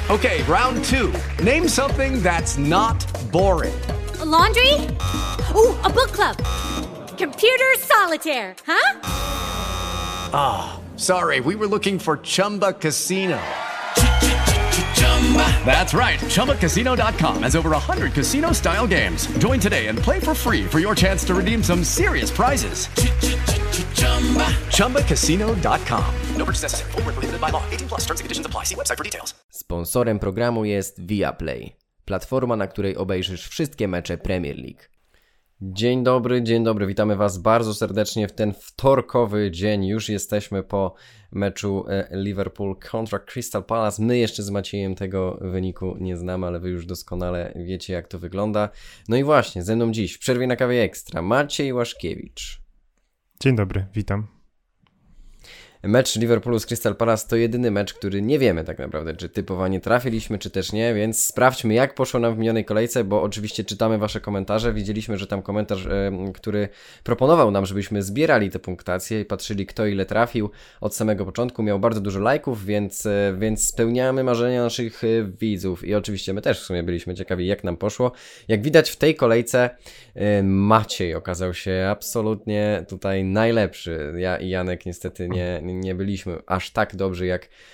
Okay, round two. Name something that's not boring. A laundry? Ooh, a book club. Computer solitaire, huh? Sorry, we were looking for Chumba Casino. That's right. ChumbaCasino.com has over 100 casino-style games. Join today and play for free for your chance to redeem some serious prizes. ChumbaCasino.com. No purchase necessary. Void where prohibited by law. 18 plus. Terms and conditions apply. See website for details. Sponsorem programu jest Viaplay, platforma, na której obejrzysz wszystkie mecze Premier League. Dzień dobry, witamy Was bardzo serdecznie w ten wtorkowy dzień. Już jesteśmy po meczu Liverpool kontra Crystal Palace. My jeszcze z Maciejem tego wyniku nie znamy, ale Wy już doskonale wiecie, jak to wygląda. No i właśnie, ze mną dziś w przerwie na kawie ekstra Maciej Łaszkiewicz. Dzień dobry, witam. Mecz Liverpoolu z Crystal Palace to jedyny mecz, który nie wiemy tak naprawdę, czy typowanie trafiliśmy, czy też nie, więc sprawdźmy, jak poszło nam w minionej kolejce, bo oczywiście czytamy Wasze komentarze. Widzieliśmy, że tam komentarz, który proponował nam, żebyśmy zbierali te punktacje i patrzyli, kto ile trafił od samego początku, miał bardzo dużo lajków, więc spełniamy marzenia naszych widzów i oczywiście my też w sumie byliśmy ciekawi, jak nam poszło. Jak widać w tej kolejce Maciej okazał się absolutnie tutaj najlepszy. Ja i Janek niestety nie byliśmy aż tak dobrzy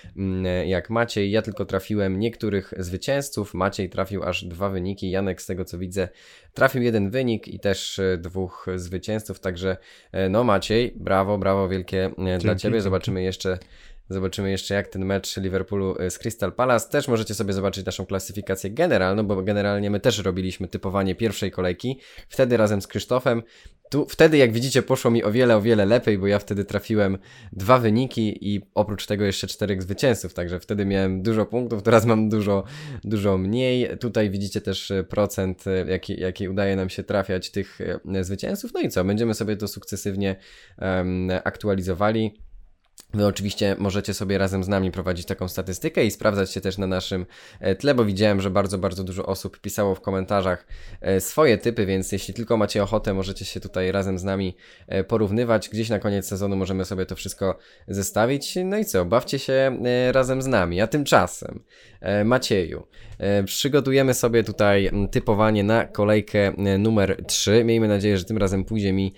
jak Maciej. Ja tylko trafiłem niektórych zwycięzców. Maciej trafił aż 2 wyniki. Janek, z tego co widzę, trafił 1 wynik i też 2 zwycięzców. Także no Maciej, brawo wielkie dla Ciebie. Zobaczymy jeszcze, jak ten mecz Liverpoolu z Crystal Palace. Też możecie sobie zobaczyć naszą klasyfikację generalną, bo generalnie my też robiliśmy typowanie pierwszej kolejki. Wtedy razem z Krzysztofem. Wtedy, jak widzicie, poszło mi o wiele lepiej, bo ja wtedy trafiłem 2 wyniki i oprócz tego jeszcze 4 zwycięzców, także wtedy miałem dużo punktów, teraz mam dużo mniej. Tutaj widzicie też procent, jaki udaje nam się trafiać tych zwycięzców. No i co, będziemy sobie to sukcesywnie aktualizowali. Wy oczywiście możecie sobie razem z nami prowadzić taką statystykę i sprawdzać się też na naszym tle, bo widziałem, że bardzo dużo osób pisało w komentarzach swoje typy, więc jeśli tylko macie ochotę, możecie się tutaj razem z nami porównywać. Gdzieś na koniec sezonu możemy sobie to wszystko zestawić. No i co, bawcie się razem z nami. A tymczasem, Macieju, przygotujemy sobie tutaj typowanie na kolejkę numer 3. Miejmy nadzieję, że tym razem pójdzie mi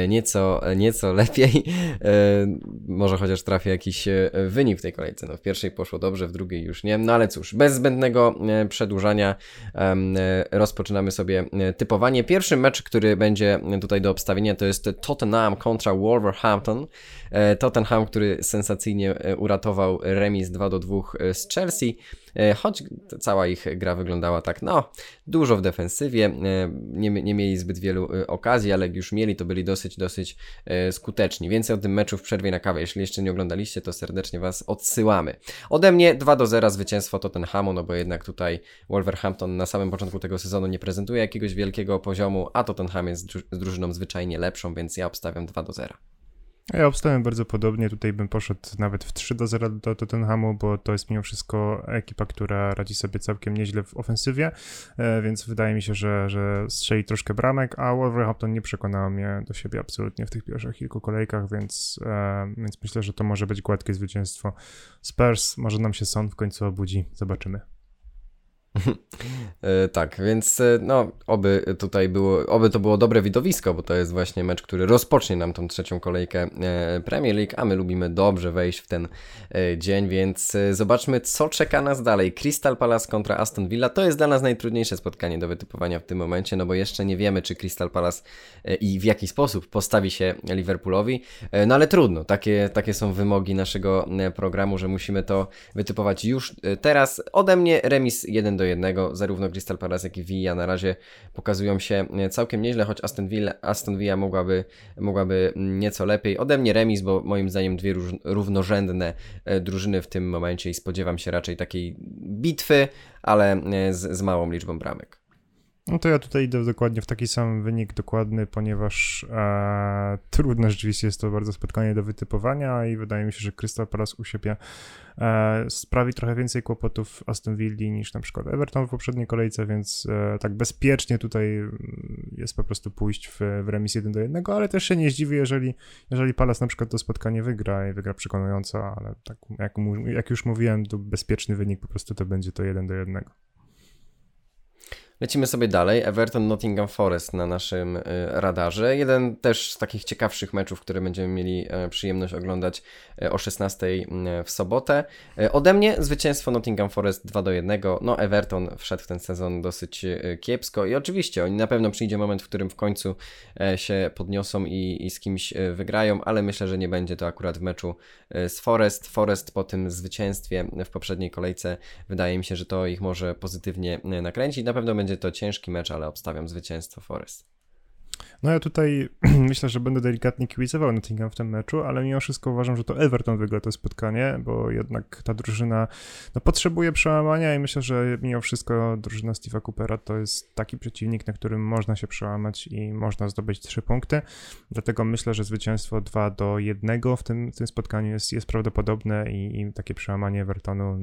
nieco lepiej. Może chociaż trafię jakiś wynik w tej kolejce. No w pierwszej poszło dobrze, w drugiej już nie. No ale cóż, bez zbędnego przedłużania rozpoczynamy sobie typowanie. Pierwszy mecz, który będzie tutaj do obstawienia, to jest Tottenham kontra Wolverhampton. Tottenham, który sensacyjnie uratował remis 2-2 z Chelsea. Choć cała ich gra wyglądała tak, dużo w defensywie, nie mieli zbyt wielu okazji, ale jak już mieli, to byli dosyć skuteczni. Więcej o tym meczu w przerwie na kawę. Jeśli jeszcze nie oglądaliście, to serdecznie Was odsyłamy. Ode mnie 2-0 zwycięstwo Tottenhamu, no bo jednak tutaj Wolverhampton na samym początku tego sezonu nie prezentuje jakiegoś wielkiego poziomu, a Tottenham jest drużyną zwyczajnie lepszą, więc ja obstawiam 2-0. Ja obstawiam bardzo podobnie, tutaj bym poszedł nawet w 3-0 do Tottenhamu, bo to jest mimo wszystko ekipa, która radzi sobie całkiem nieźle w ofensywie, więc wydaje mi się, że strzeli troszkę bramek, a Wolverhampton nie przekonało mnie do siebie absolutnie w tych pierwszych kilku kolejkach, więc myślę, że to może być gładkie zwycięstwo Spurs, może nam się Son w końcu obudzi, zobaczymy. Tak, więc oby to było dobre widowisko, bo to jest właśnie mecz, który rozpocznie nam tą trzecią kolejkę Premier League, a my lubimy dobrze wejść w ten dzień, więc zobaczmy, co czeka nas dalej. Crystal Palace kontra Aston Villa, to jest dla nas najtrudniejsze spotkanie do wytypowania w tym momencie, no bo jeszcze nie wiemy, czy Crystal Palace i w jaki sposób postawi się Liverpoolowi, no ale trudno, takie są wymogi naszego programu, że musimy to wytypować już teraz. Ode mnie remis 1-1, zarówno Crystal Palace, jak i Villa na razie pokazują się całkiem nieźle, choć Aston Villa mogłaby nieco lepiej. Ode mnie remis, bo moim zdaniem 2 równorzędne drużyny w tym momencie i spodziewam się raczej takiej bitwy, ale z małą liczbą bramek. No to ja tutaj idę dokładnie w taki sam wynik dokładny, ponieważ trudne rzeczywiście jest to bardzo spotkanie do wytypowania i wydaje mi się, że Crystal Palace u siebie sprawi trochę więcej kłopotów Aston Villa niż na przykład Everton w poprzedniej kolejce, więc tak bezpiecznie tutaj jest po prostu pójść w remis 1-1, ale też się nie zdziwię, jeżeli Palace na przykład to spotkanie wygra i wygra przekonująco, ale tak jak już mówiłem, to bezpieczny wynik po prostu to będzie to 1-1. Lecimy sobie dalej. Everton Nottingham Forest na naszym radarze. Jeden też z takich ciekawszych meczów, które będziemy mieli przyjemność oglądać o 16 w sobotę. Ode mnie zwycięstwo Nottingham Forest 2-1. No Everton wszedł w ten sezon dosyć kiepsko i oczywiście oni na pewno przyjdzie moment, w którym w końcu się podniosą i z kimś wygrają, ale myślę, że nie będzie to akurat w meczu z Forest. Forest po tym zwycięstwie w poprzedniej kolejce wydaje mi się, że to ich może pozytywnie nakręcić. Na pewno będzie to ciężki mecz, ale obstawiam zwycięstwo Forest. No ja tutaj myślę, że będę delikatnie kibicował Nottingham w tym meczu, ale mimo wszystko uważam, że to Everton wygra to spotkanie, bo jednak ta drużyna potrzebuje przełamania i myślę, że mimo wszystko drużyna Steve'a Coopera to jest taki przeciwnik, na którym można się przełamać i można zdobyć 3 punkty. Dlatego myślę, że zwycięstwo 2-1 w tym spotkaniu jest prawdopodobne i takie przełamanie Evertonu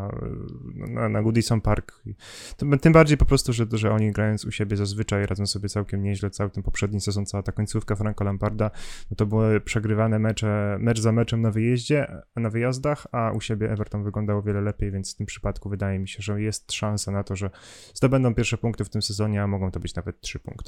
na Goodison Park. Tym bardziej po prostu, że oni grając u siebie zazwyczaj radzą sobie całkiem nieźle, cały ten poprzedni sezon, cała ta końcówka Franka Lamparda, no to były przegrywane mecz za meczem na wyjazdach, a u siebie Everton wyglądało wiele lepiej, więc w tym przypadku wydaje mi się, że jest szansa na to, że zdobędą pierwsze punkty w tym sezonie, a mogą to być nawet 3 punkty.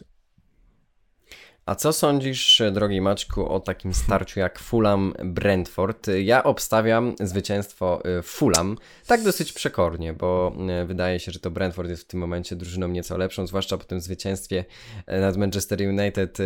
A co sądzisz, drogi Maćku, o takim starciu jak Fulham-Brentford? Ja obstawiam zwycięstwo Fulham, tak dosyć przekornie, bo wydaje się, że to Brentford jest w tym momencie drużyną nieco lepszą, zwłaszcza po tym zwycięstwie nad Manchester United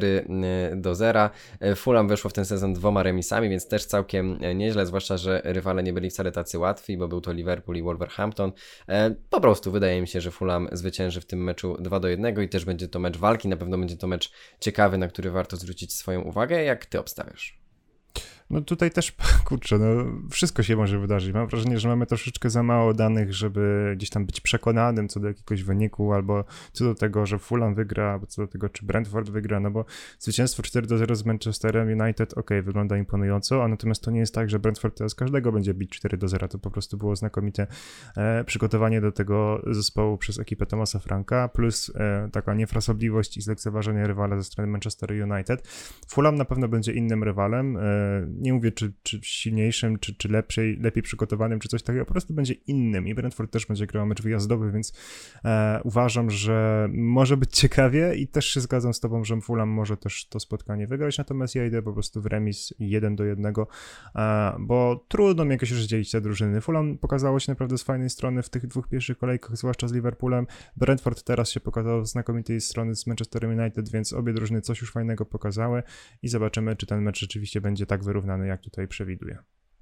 4-0. Fulham weszło w ten sezon 2 remisami, więc też całkiem nieźle, zwłaszcza, że rywale nie byli wcale tacy łatwi, bo był to Liverpool i Wolverhampton. Po prostu wydaje mi się, że Fulham zwycięży w tym meczu 2-1 i też będzie to mecz walki, na pewno będzie to mecz ciekawy, na który warto zwrócić swoją uwagę. Jak ty obstawiasz? No tutaj też, kurczę, wszystko się może wydarzyć. Mam wrażenie, że mamy troszeczkę za mało danych, żeby gdzieś tam być przekonanym co do jakiegoś wyniku, albo co do tego, że Fulham wygra, albo co do tego, czy Brentford wygra, no bo zwycięstwo 4-0 z Manchesterem United, wygląda imponująco, a natomiast to nie jest tak, że Brentford teraz każdego będzie bić 4-0, to po prostu było znakomite przygotowanie do tego zespołu przez ekipę Thomasa Franka, plus taka niefrasobliwość i zlekceważenie rywala ze strony Manchester United. Fulham na pewno będzie innym rywalem, nie mówię, czy silniejszym, czy lepiej przygotowanym, czy coś takiego, po prostu będzie innym i Brentford też będzie grał mecz wyjazdowy, więc uważam, że może być ciekawie i też się zgadzam z tobą, że Fulham może też to spotkanie wygrać, natomiast ja idę po prostu w remis 1-1, bo trudno mi jakoś rozdzielić te drużyny. Fulham pokazało się naprawdę z fajnej strony w tych 2 pierwszych kolejkach, zwłaszcza z Liverpoolem. Brentford teraz się pokazał z znakomitej strony z Manchesterem United, więc obie drużyny coś już fajnego pokazały i zobaczymy, czy ten mecz rzeczywiście będzie tak wyrównany, jak tutaj przewiduję.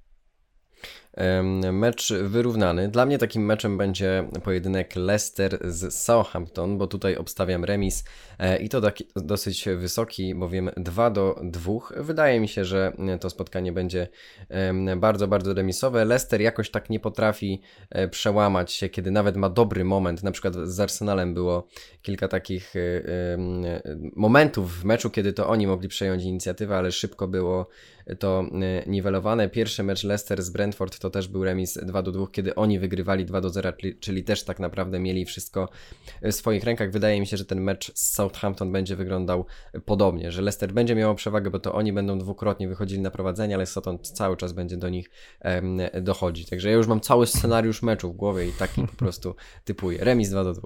Mecz wyrównany. Dla mnie takim meczem będzie pojedynek Leicester z Southampton, bo tutaj obstawiam remis i to taki dosyć wysoki, bowiem 2-2. Wydaje mi się, że to spotkanie będzie bardzo, bardzo remisowe. Leicester jakoś tak nie potrafi przełamać się, kiedy nawet ma dobry moment. Na przykład z Arsenalem było kilka takich momentów w meczu, kiedy to oni mogli przejąć inicjatywę, ale szybko było to niwelowane. Pierwszy mecz Leicester z Brentford to też był remis 2-2, kiedy oni wygrywali 2-0, czyli też tak naprawdę mieli wszystko w swoich rękach. Wydaje mi się, że ten mecz z Southampton będzie wyglądał podobnie, że Leicester będzie miało przewagę, bo to oni będą dwukrotnie wychodzili na prowadzenie, ale Southampton cały czas będzie do nich dochodzić. Także ja już mam cały scenariusz meczu w głowie i taki po prostu typuję. Remis 2-2.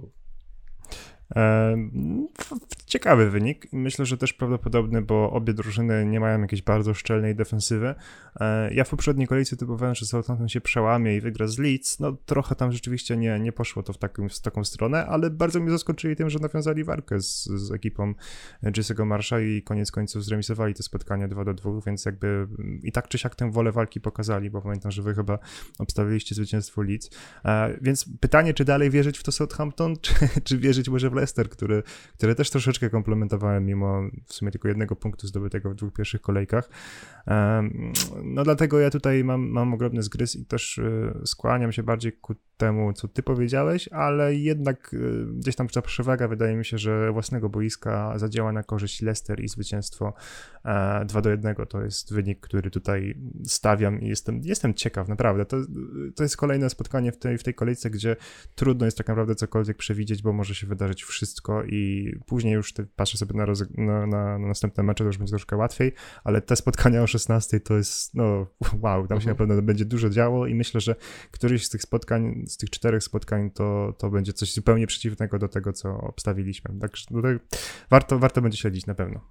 Ciekawy wynik. Myślę, że też prawdopodobny, bo obie drużyny nie mają jakiejś bardzo szczelnej defensywy. Ja w poprzedniej kolejce typowałem, że Southampton się przełamie i wygra z Leeds. No trochę tam rzeczywiście nie poszło to w taką stronę, ale bardzo mnie zaskoczyli tym, że nawiązali walkę z ekipą Jesse'ego Marsha i koniec końców zremisowali te spotkania 2-2, więc jakby i tak czy siak tę wolę walki pokazali, bo pamiętam, że wy chyba obstawiliście zwycięstwo Leeds. Więc pytanie, czy dalej wierzyć w to Southampton, czy wierzyć może w Leicester, które też troszeczkę komplementowałem mimo w sumie tylko 1 punktu zdobytego w 2 pierwszych kolejkach. No dlatego ja tutaj mam ogromny zgryz i też skłaniam się bardziej ku temu, co ty powiedziałeś, ale jednak gdzieś tam ta przewaga, wydaje mi się, że własnego boiska zadziała na korzyść Leicester i zwycięstwo 2-1 to jest wynik, który tutaj stawiam i jestem ciekaw, naprawdę. To jest kolejne spotkanie w tej kolejce, gdzie trudno jest tak naprawdę cokolwiek przewidzieć, bo może się wydarzyć wszystko i później już patrzę sobie na następne mecze, to już będzie troszkę łatwiej, ale te spotkania o 16 to jest, no wow, tam się na pewno będzie dużo działo i myślę, że któryś z tych spotkań, z tych 4 spotkań to będzie coś zupełnie przeciwnego do tego, co obstawiliśmy. Także tutaj warto będzie śledzić na pewno.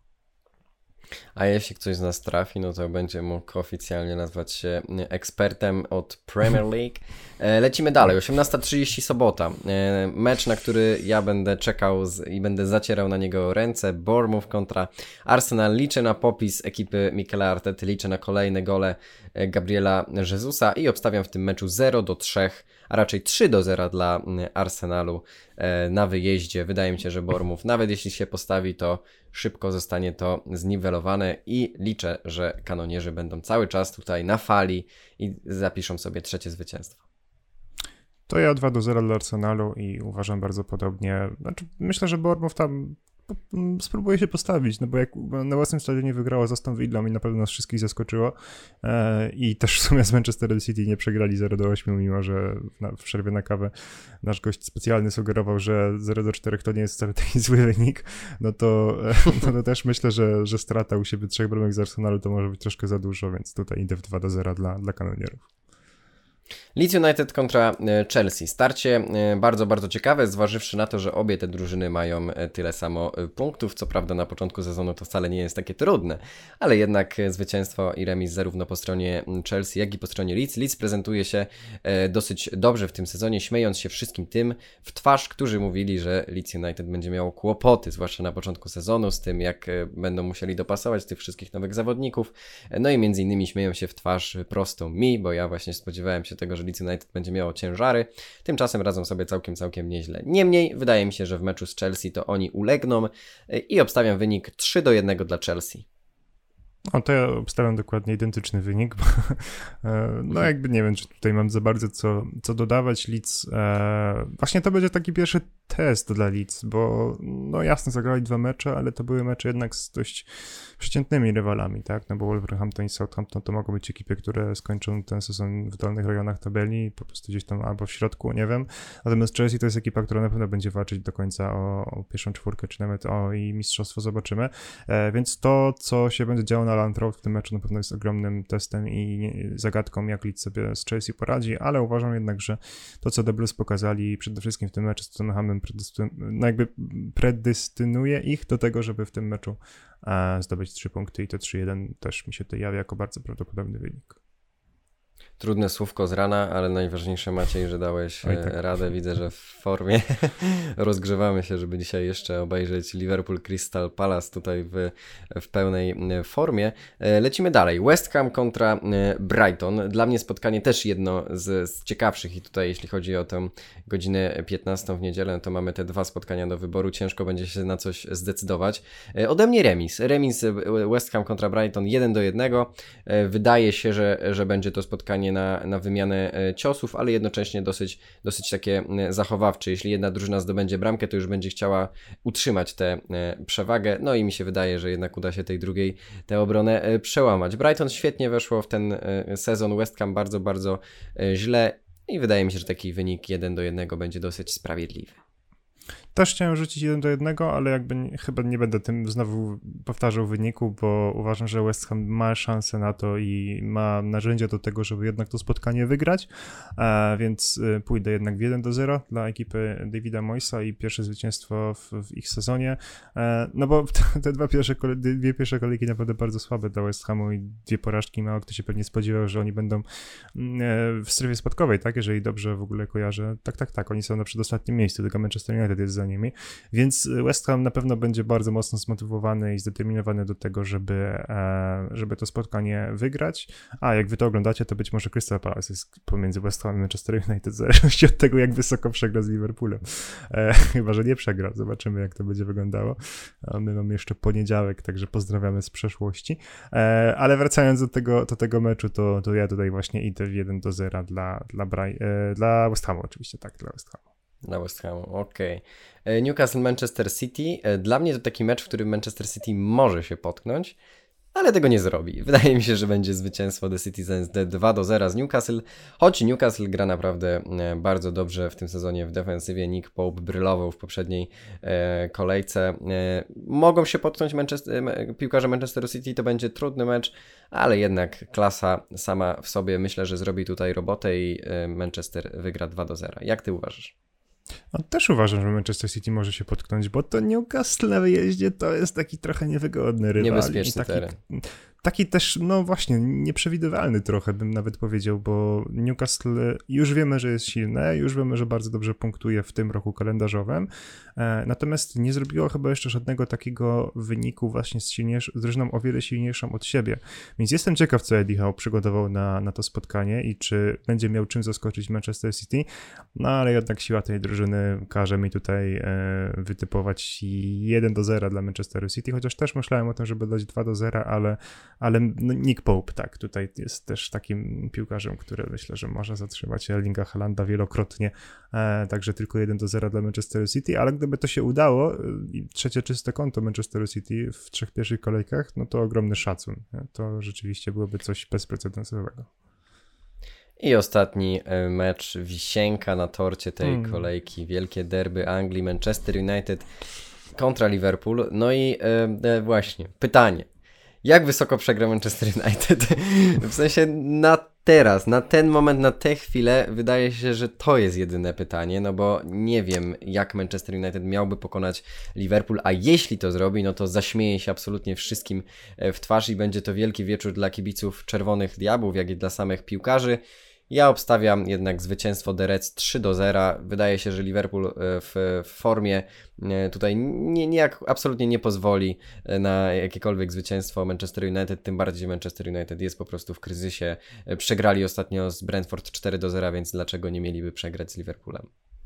A jeśli ktoś z nas trafi, no to będzie mógł oficjalnie nazwać się ekspertem od Premier League. Lecimy dalej, 18:30 sobota. Mecz, na który ja będę czekał i będę zacierał na niego ręce. Bournemouth kontra Arsenal. Liczę na popis ekipy Mikela Artety, liczę na kolejne gole Gabriela Jezusa i obstawiam w tym meczu 0-3, a raczej 3-0 dla Arsenalu na wyjeździe. Wydaje mi się, że Bournemouth, nawet jeśli się postawi, to szybko zostanie to zniwelowane i liczę, że kanonierzy będą cały czas tutaj na fali i zapiszą sobie 3. zwycięstwo. To ja 2-0 dla Arsenalu i uważam bardzo podobnie. Znaczy, myślę, że Bournemouth tam spróbuje się postawić, no bo jak na własnym stadionie wygrała z Aston Villą i na pewno nas wszystkich zaskoczyło i też w sumie z Manchesterem City nie przegrali 0-8, mimo że w przerwie na kawę nasz gość specjalny sugerował, że 0-4 to nie jest wcale taki zły wynik, no to też myślę, że strata u siebie 3 bramek z Arsenalu to może być troszkę za dużo, więc tutaj idę w 2-0 dla kanonierów. Leeds United kontra Chelsea. Starcie bardzo, bardzo ciekawe, zważywszy na to, że obie te drużyny mają tyle samo punktów. Co prawda na początku sezonu to wcale nie jest takie trudne, ale jednak zwycięstwo i remis zarówno po stronie Chelsea, jak i po stronie Leeds. Leeds prezentuje się dosyć dobrze w tym sezonie, śmiejąc się wszystkim tym w twarz, którzy mówili, że Leeds United będzie miało kłopoty, zwłaszcza na początku sezonu, z tym jak będą musieli dopasować tych wszystkich nowych zawodników. No i między innymi śmieją się w twarz prostą mi, bo ja właśnie spodziewałem się tego, że Leeds United będzie miało ciężary. Tymczasem radzą sobie całkiem nieźle. Niemniej wydaje mi się, że w meczu z Chelsea to oni ulegną i obstawiam wynik 3-1 dla Chelsea. O, to ja obstawiam dokładnie identyczny wynik, bo no jakby nie wiem, czy tutaj mam za bardzo co dodawać. Leeds, właśnie to będzie taki pierwszy test dla Leeds, bo no jasne, zagrali 2 mecze, ale to były mecze jednak z dość przeciętnymi rywalami, tak, no bo Wolverhampton i Southampton to mogą być ekipy, które skończą ten sezon w dolnych rejonach tabeli, po prostu gdzieś tam albo w środku, nie wiem, natomiast Chelsea to jest ekipa, która na pewno będzie walczyć do końca o pierwszą 4, czy nawet o i mistrzostwo zobaczymy, więc to, co się będzie działo na Land Road w tym meczu na pewno jest ogromnym testem i zagadką, jak Leeds sobie z Chelsea poradzi, ale uważam jednak, że to, co The Blues pokazali przede wszystkim w tym meczu z Tottenhamem, no jakby predestynuje ich do tego, żeby w tym meczu zdobyć 3 punkty i to 3-1 też mi się to jawi jako bardzo prawdopodobny wynik. Trudne słówko z rana, ale najważniejsze, Maciej, że dałeś radę. Widzę, że w formie rozgrzewamy się, żeby dzisiaj jeszcze obejrzeć Liverpool Crystal Palace tutaj w pełnej formie. Lecimy dalej. West Ham kontra Brighton. Dla mnie spotkanie też jedno z ciekawszych i tutaj jeśli chodzi o tę godzinę 15 w niedzielę, to mamy te 2 spotkania do wyboru. Ciężko będzie się na coś zdecydować. Ode mnie remis. Remis West Ham kontra Brighton 1-1. Wydaje się, że będzie to spotkanie na wymianę ciosów, ale jednocześnie dosyć takie zachowawcze. Jeśli jedna drużyna zdobędzie bramkę, to już będzie chciała utrzymać tę przewagę, no i mi się wydaje, że jednak uda się tej drugiej tę obronę przełamać. Brighton świetnie weszło w ten sezon, West Ham bardzo, bardzo źle i wydaje mi się, że taki wynik 1-1 będzie dosyć sprawiedliwy. Też chciałem rzucić 1-1, ale jakby chyba nie będę tym znowu powtarzał wyniku, bo uważam, że West Ham ma szansę na to i ma narzędzia do tego, żeby jednak to spotkanie wygrać, więc pójdę jednak w 1-0 dla ekipy Davida Moyesa i pierwsze zwycięstwo w ich sezonie, no bo te dwie pierwsze kolejki naprawdę bardzo słabe dla West Hamu i 2 porażki, mało kto się pewnie spodziewał, że oni będą w strefie spadkowej, tak, jeżeli dobrze w ogóle kojarzę, tak, oni są na przedostatnim miejscu, tylko Manchester United jest za za nimi, więc West Ham na pewno będzie bardzo mocno zmotywowany i zdeterminowany do tego, żeby to spotkanie wygrać, a jak wy to oglądacie, to być może Crystal Palace jest pomiędzy West Ham i Manchester United, w zależności od tego, jak wysoko przegra z Liverpoolem. Chyba że nie przegra, zobaczymy, jak to będzie wyglądało. A my mamy jeszcze poniedziałek, także pozdrawiamy z przeszłości. Ale wracając do tego meczu, to ja tutaj właśnie idę w 1-0 dla West Hamu, oczywiście, tak, dla West Hamu. Dla West Hamu, okej. Newcastle-Manchester City. Dla mnie to taki mecz, w którym Manchester City może się potknąć, ale tego nie zrobi. Wydaje mi się, że będzie zwycięstwo The Citizens 2-0 z Newcastle, choć Newcastle gra naprawdę bardzo dobrze w tym sezonie w defensywie. Nick Pope brylował w poprzedniej kolejce. Mogą się potknąć piłkarze Manchesteru City, to będzie trudny mecz, ale jednak klasa sama w sobie myślę, że zrobi tutaj robotę i Manchester wygra 2-0. Jak ty uważasz? No, też uważam, że Manchester City może się potknąć, bo to Newcastle na wyjeździe to jest taki trochę niewygodny rywal. Niebezpieczny teren. Taki też, no właśnie, nieprzewidywalny trochę bym nawet powiedział, bo Newcastle już wiemy, że jest silne, już wiemy, że bardzo dobrze punktuje w tym roku kalendarzowym, natomiast nie zrobiło chyba jeszcze żadnego takiego wyniku właśnie z drużyną o wiele silniejszą od siebie. Więc jestem ciekaw, co Eddie Howe przygotował na to spotkanie i czy będzie miał czym zaskoczyć Manchester City, no ale jednak siła tej drużyny każe mi tutaj wytypować 1-0 dla Manchesteru City, chociaż też myślałem o tym, żeby dać 2-0, ale Nick Pope, tak, tutaj jest też takim piłkarzem, który myślę, że może zatrzymać Erlinga Haalanda wielokrotnie, także tylko 1-0 dla Manchesteru City, ale gdyby to się udało, trzecie czyste konto Manchesteru City w 3 pierwszych kolejkach, no to ogromny szacun, to rzeczywiście byłoby coś bezprecedensowego. I ostatni mecz, wisienka na torcie tej kolejki, wielkie derby Anglii, Manchester United kontra Liverpool, no i właśnie, pytanie. Jak wysoko przegra Manchester United? W sensie na ten moment, na tę chwilę wydaje się, że to jest jedyne pytanie, no bo nie wiem, jak Manchester United miałby pokonać Liverpool, a jeśli to zrobi, no to zaśmieje się absolutnie wszystkim w twarz i będzie to wielki wieczór dla kibiców Czerwonych Diabłów, jak i dla samych piłkarzy. Ja obstawiam jednak zwycięstwo The Reds 3-0. Wydaje się, że Liverpool w formie tutaj absolutnie nie pozwoli na jakiekolwiek zwycięstwo Manchester United, tym bardziej Manchester United jest po prostu w kryzysie. Przegrali ostatnio z Brentford 4-0, więc dlaczego nie mieliby przegrać z Liverpoolem?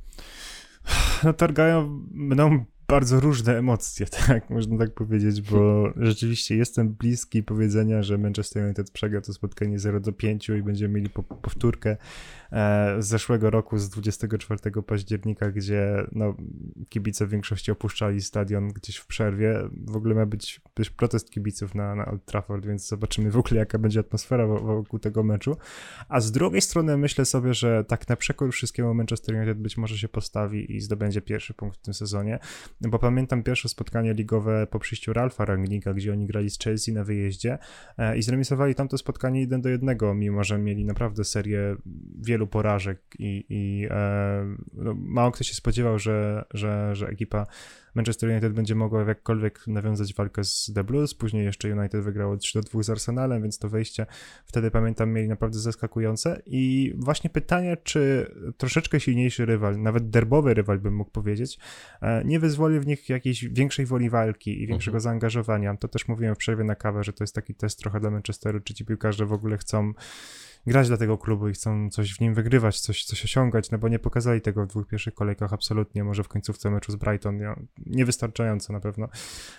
No targają mną bardzo różne emocje, tak, można tak powiedzieć, bo rzeczywiście jestem bliski powiedzenia, że Manchester United przegra to spotkanie 0-5 i będziemy mieli powtórkę z zeszłego roku, z 24 października, gdzie no, kibice w większości opuszczali stadion gdzieś w przerwie. W ogóle ma być protest kibiców na Old Trafford, więc zobaczymy w ogóle, jaka będzie atmosfera wokół tego meczu. A z drugiej strony myślę sobie, że tak na przekór wszystkiemu Manchester United być może się postawi i zdobędzie pierwszy punkt w tym sezonie, bo pamiętam pierwsze spotkanie ligowe po przyjściu Ralfa Rangnicka, gdzie oni grali z Chelsea na wyjeździe i zremisowali tamto spotkanie 1-1, mimo że mieli naprawdę serię wielu porażek i no, mało kto się spodziewał, że ekipa Manchester United będzie mogła jakkolwiek nawiązać walkę z The Blues, później jeszcze United wygrało 3-2 z Arsenalem, więc to wejście wtedy, pamiętam, mieli naprawdę zaskakujące i właśnie pytanie, czy troszeczkę silniejszy rywal, nawet derbowy rywal bym mógł powiedzieć, nie wyzwoli w nich jakiejś większej woli walki i większego zaangażowania. To też mówiłem w przerwie na kawę, że to jest taki test trochę dla Manchesteru, czy ci piłkarze w ogóle chcą grać dla tego klubu i chcą coś w nim wygrywać, coś osiągać, no bo nie pokazali tego w 2 pierwszych kolejkach absolutnie, może w końcówce meczu z Brighton, niewystarczająco na pewno.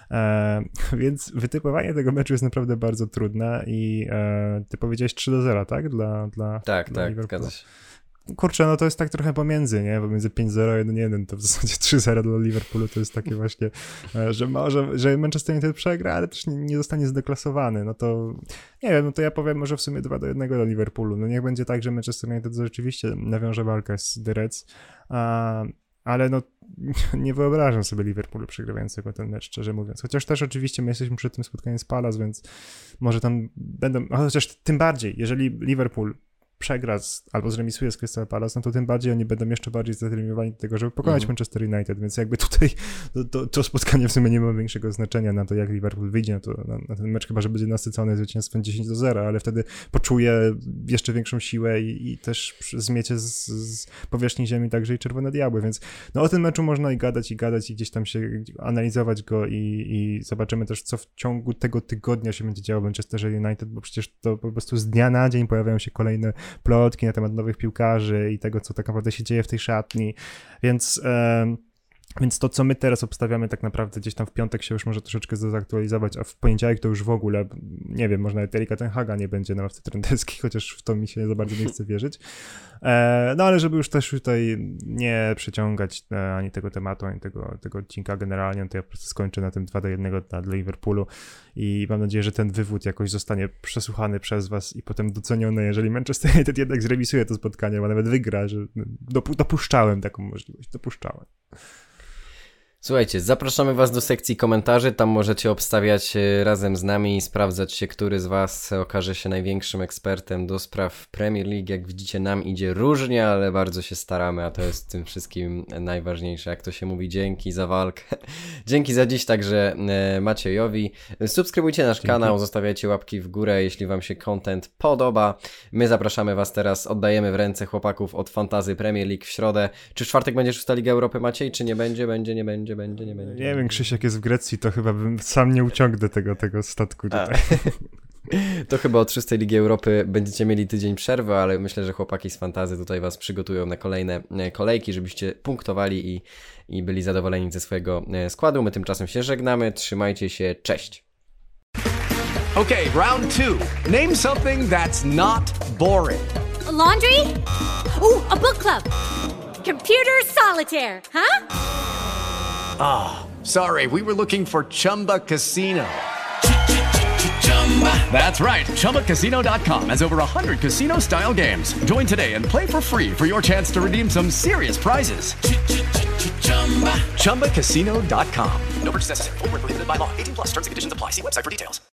Więc wytypowanie tego meczu jest naprawdę bardzo trudne i ty powiedziałeś 3-0, tak? Dla tak, Liverpoola. zgadza się. Kurczę, no to jest tak trochę pomiędzy, nie? Pomiędzy 5-0 1-1, to w zasadzie 3-0 dla Liverpoolu to jest takie właśnie, że Manchester United przegra, ale też nie zostanie zdeklasowany. No to nie wiem, no to ja powiem może w sumie 2-1 dla Liverpoolu. No niech będzie tak, że Manchester United rzeczywiście nawiąże walkę z The Reds, ale no nie wyobrażam sobie Liverpoolu przegrywającego ten mecz, szczerze mówiąc. Chociaż też oczywiście my jesteśmy przed tym spotkaniem z Palace, więc może tam będą, chociaż tym bardziej, jeżeli Liverpool przegra albo zremisuje z Crystal Palace, no to tym bardziej oni będą jeszcze bardziej zdeterminowani do tego, żeby pokonać Manchester United, więc jakby tutaj to spotkanie w sumie nie ma większego znaczenia na to, jak Liverpool wyjdzie na ten mecz, chyba że będzie nasycony zwycięstwem 10-0, ale wtedy poczuje jeszcze większą siłę i też zmiecie z powierzchni ziemi także i Czerwone Diabły, więc no o tym meczu można i gadać i gdzieś tam się analizować go i zobaczymy też, co w ciągu tego tygodnia się będzie działo w Manchesterze United, bo przecież to po prostu z dnia na dzień pojawiają się kolejne plotki na temat nowych piłkarzy i tego, co tak naprawdę się dzieje w tej szatni, więc to, co my teraz obstawiamy, tak naprawdę gdzieś tam w piątek się już może troszeczkę zaktualizować, a w poniedziałek to już w ogóle, nie wiem, może nawet Erika ten Haga nie będzie na ławce trenerskiej, chociaż w to mi się za bardzo nie chce wierzyć. No ale żeby już też tutaj nie przeciągać ani tego tematu, ani tego odcinka generalnie, to ja po prostu skończę na tym 2-1 dla Liverpoolu i mam nadzieję, że ten wywód jakoś zostanie przesłuchany przez was i potem doceniony, jeżeli Manchester United jednak zremisuje to spotkanie, bo nawet wygra, że dopuszczałem taką możliwość, Słuchajcie, zapraszamy was do sekcji komentarzy, tam możecie obstawiać razem z nami i sprawdzać się, który z was okaże się największym ekspertem do spraw Premier League. Jak widzicie, nam idzie różnie, ale bardzo się staramy, a to jest w tym wszystkim najważniejsze. Jak to się mówi, dzięki za walkę. Dzięki za dziś także Maciejowi. Subskrybujcie nasz kanał, zostawiajcie łapki w górę, jeśli wam się content podoba. My zapraszamy was teraz, oddajemy w ręce chłopaków od Fantasy Premier League w środę. Czy w czwartek będzie 6. Liga Europy, Maciej, czy nie będzie? Nie będzie. Nie wiem, Krzysiek jest w Grecji, to chyba bym sam nie uciągnę tego statku tutaj. To chyba od 6. Ligi Europy będziecie mieli tydzień przerwy, ale myślę, że chłopaki z Fantasy tutaj was przygotują na kolejne kolejki, żebyście punktowali i byli zadowoleni ze swojego składu. My tymczasem się żegnamy, trzymajcie się, cześć! Okay, round 2. Name something that's not boring. A laundry? Ooh, a book club. Computer solitaire, huh? Sorry, we were looking for Chumba Casino. That's right. ChumbaCasino.com has over 100 casino-style games. Join today and play for free for your chance to redeem some serious prizes. ChumbaCasino.com. No purchase necessary. Void where prohibited by law. 18+ terms and conditions apply. See website for details.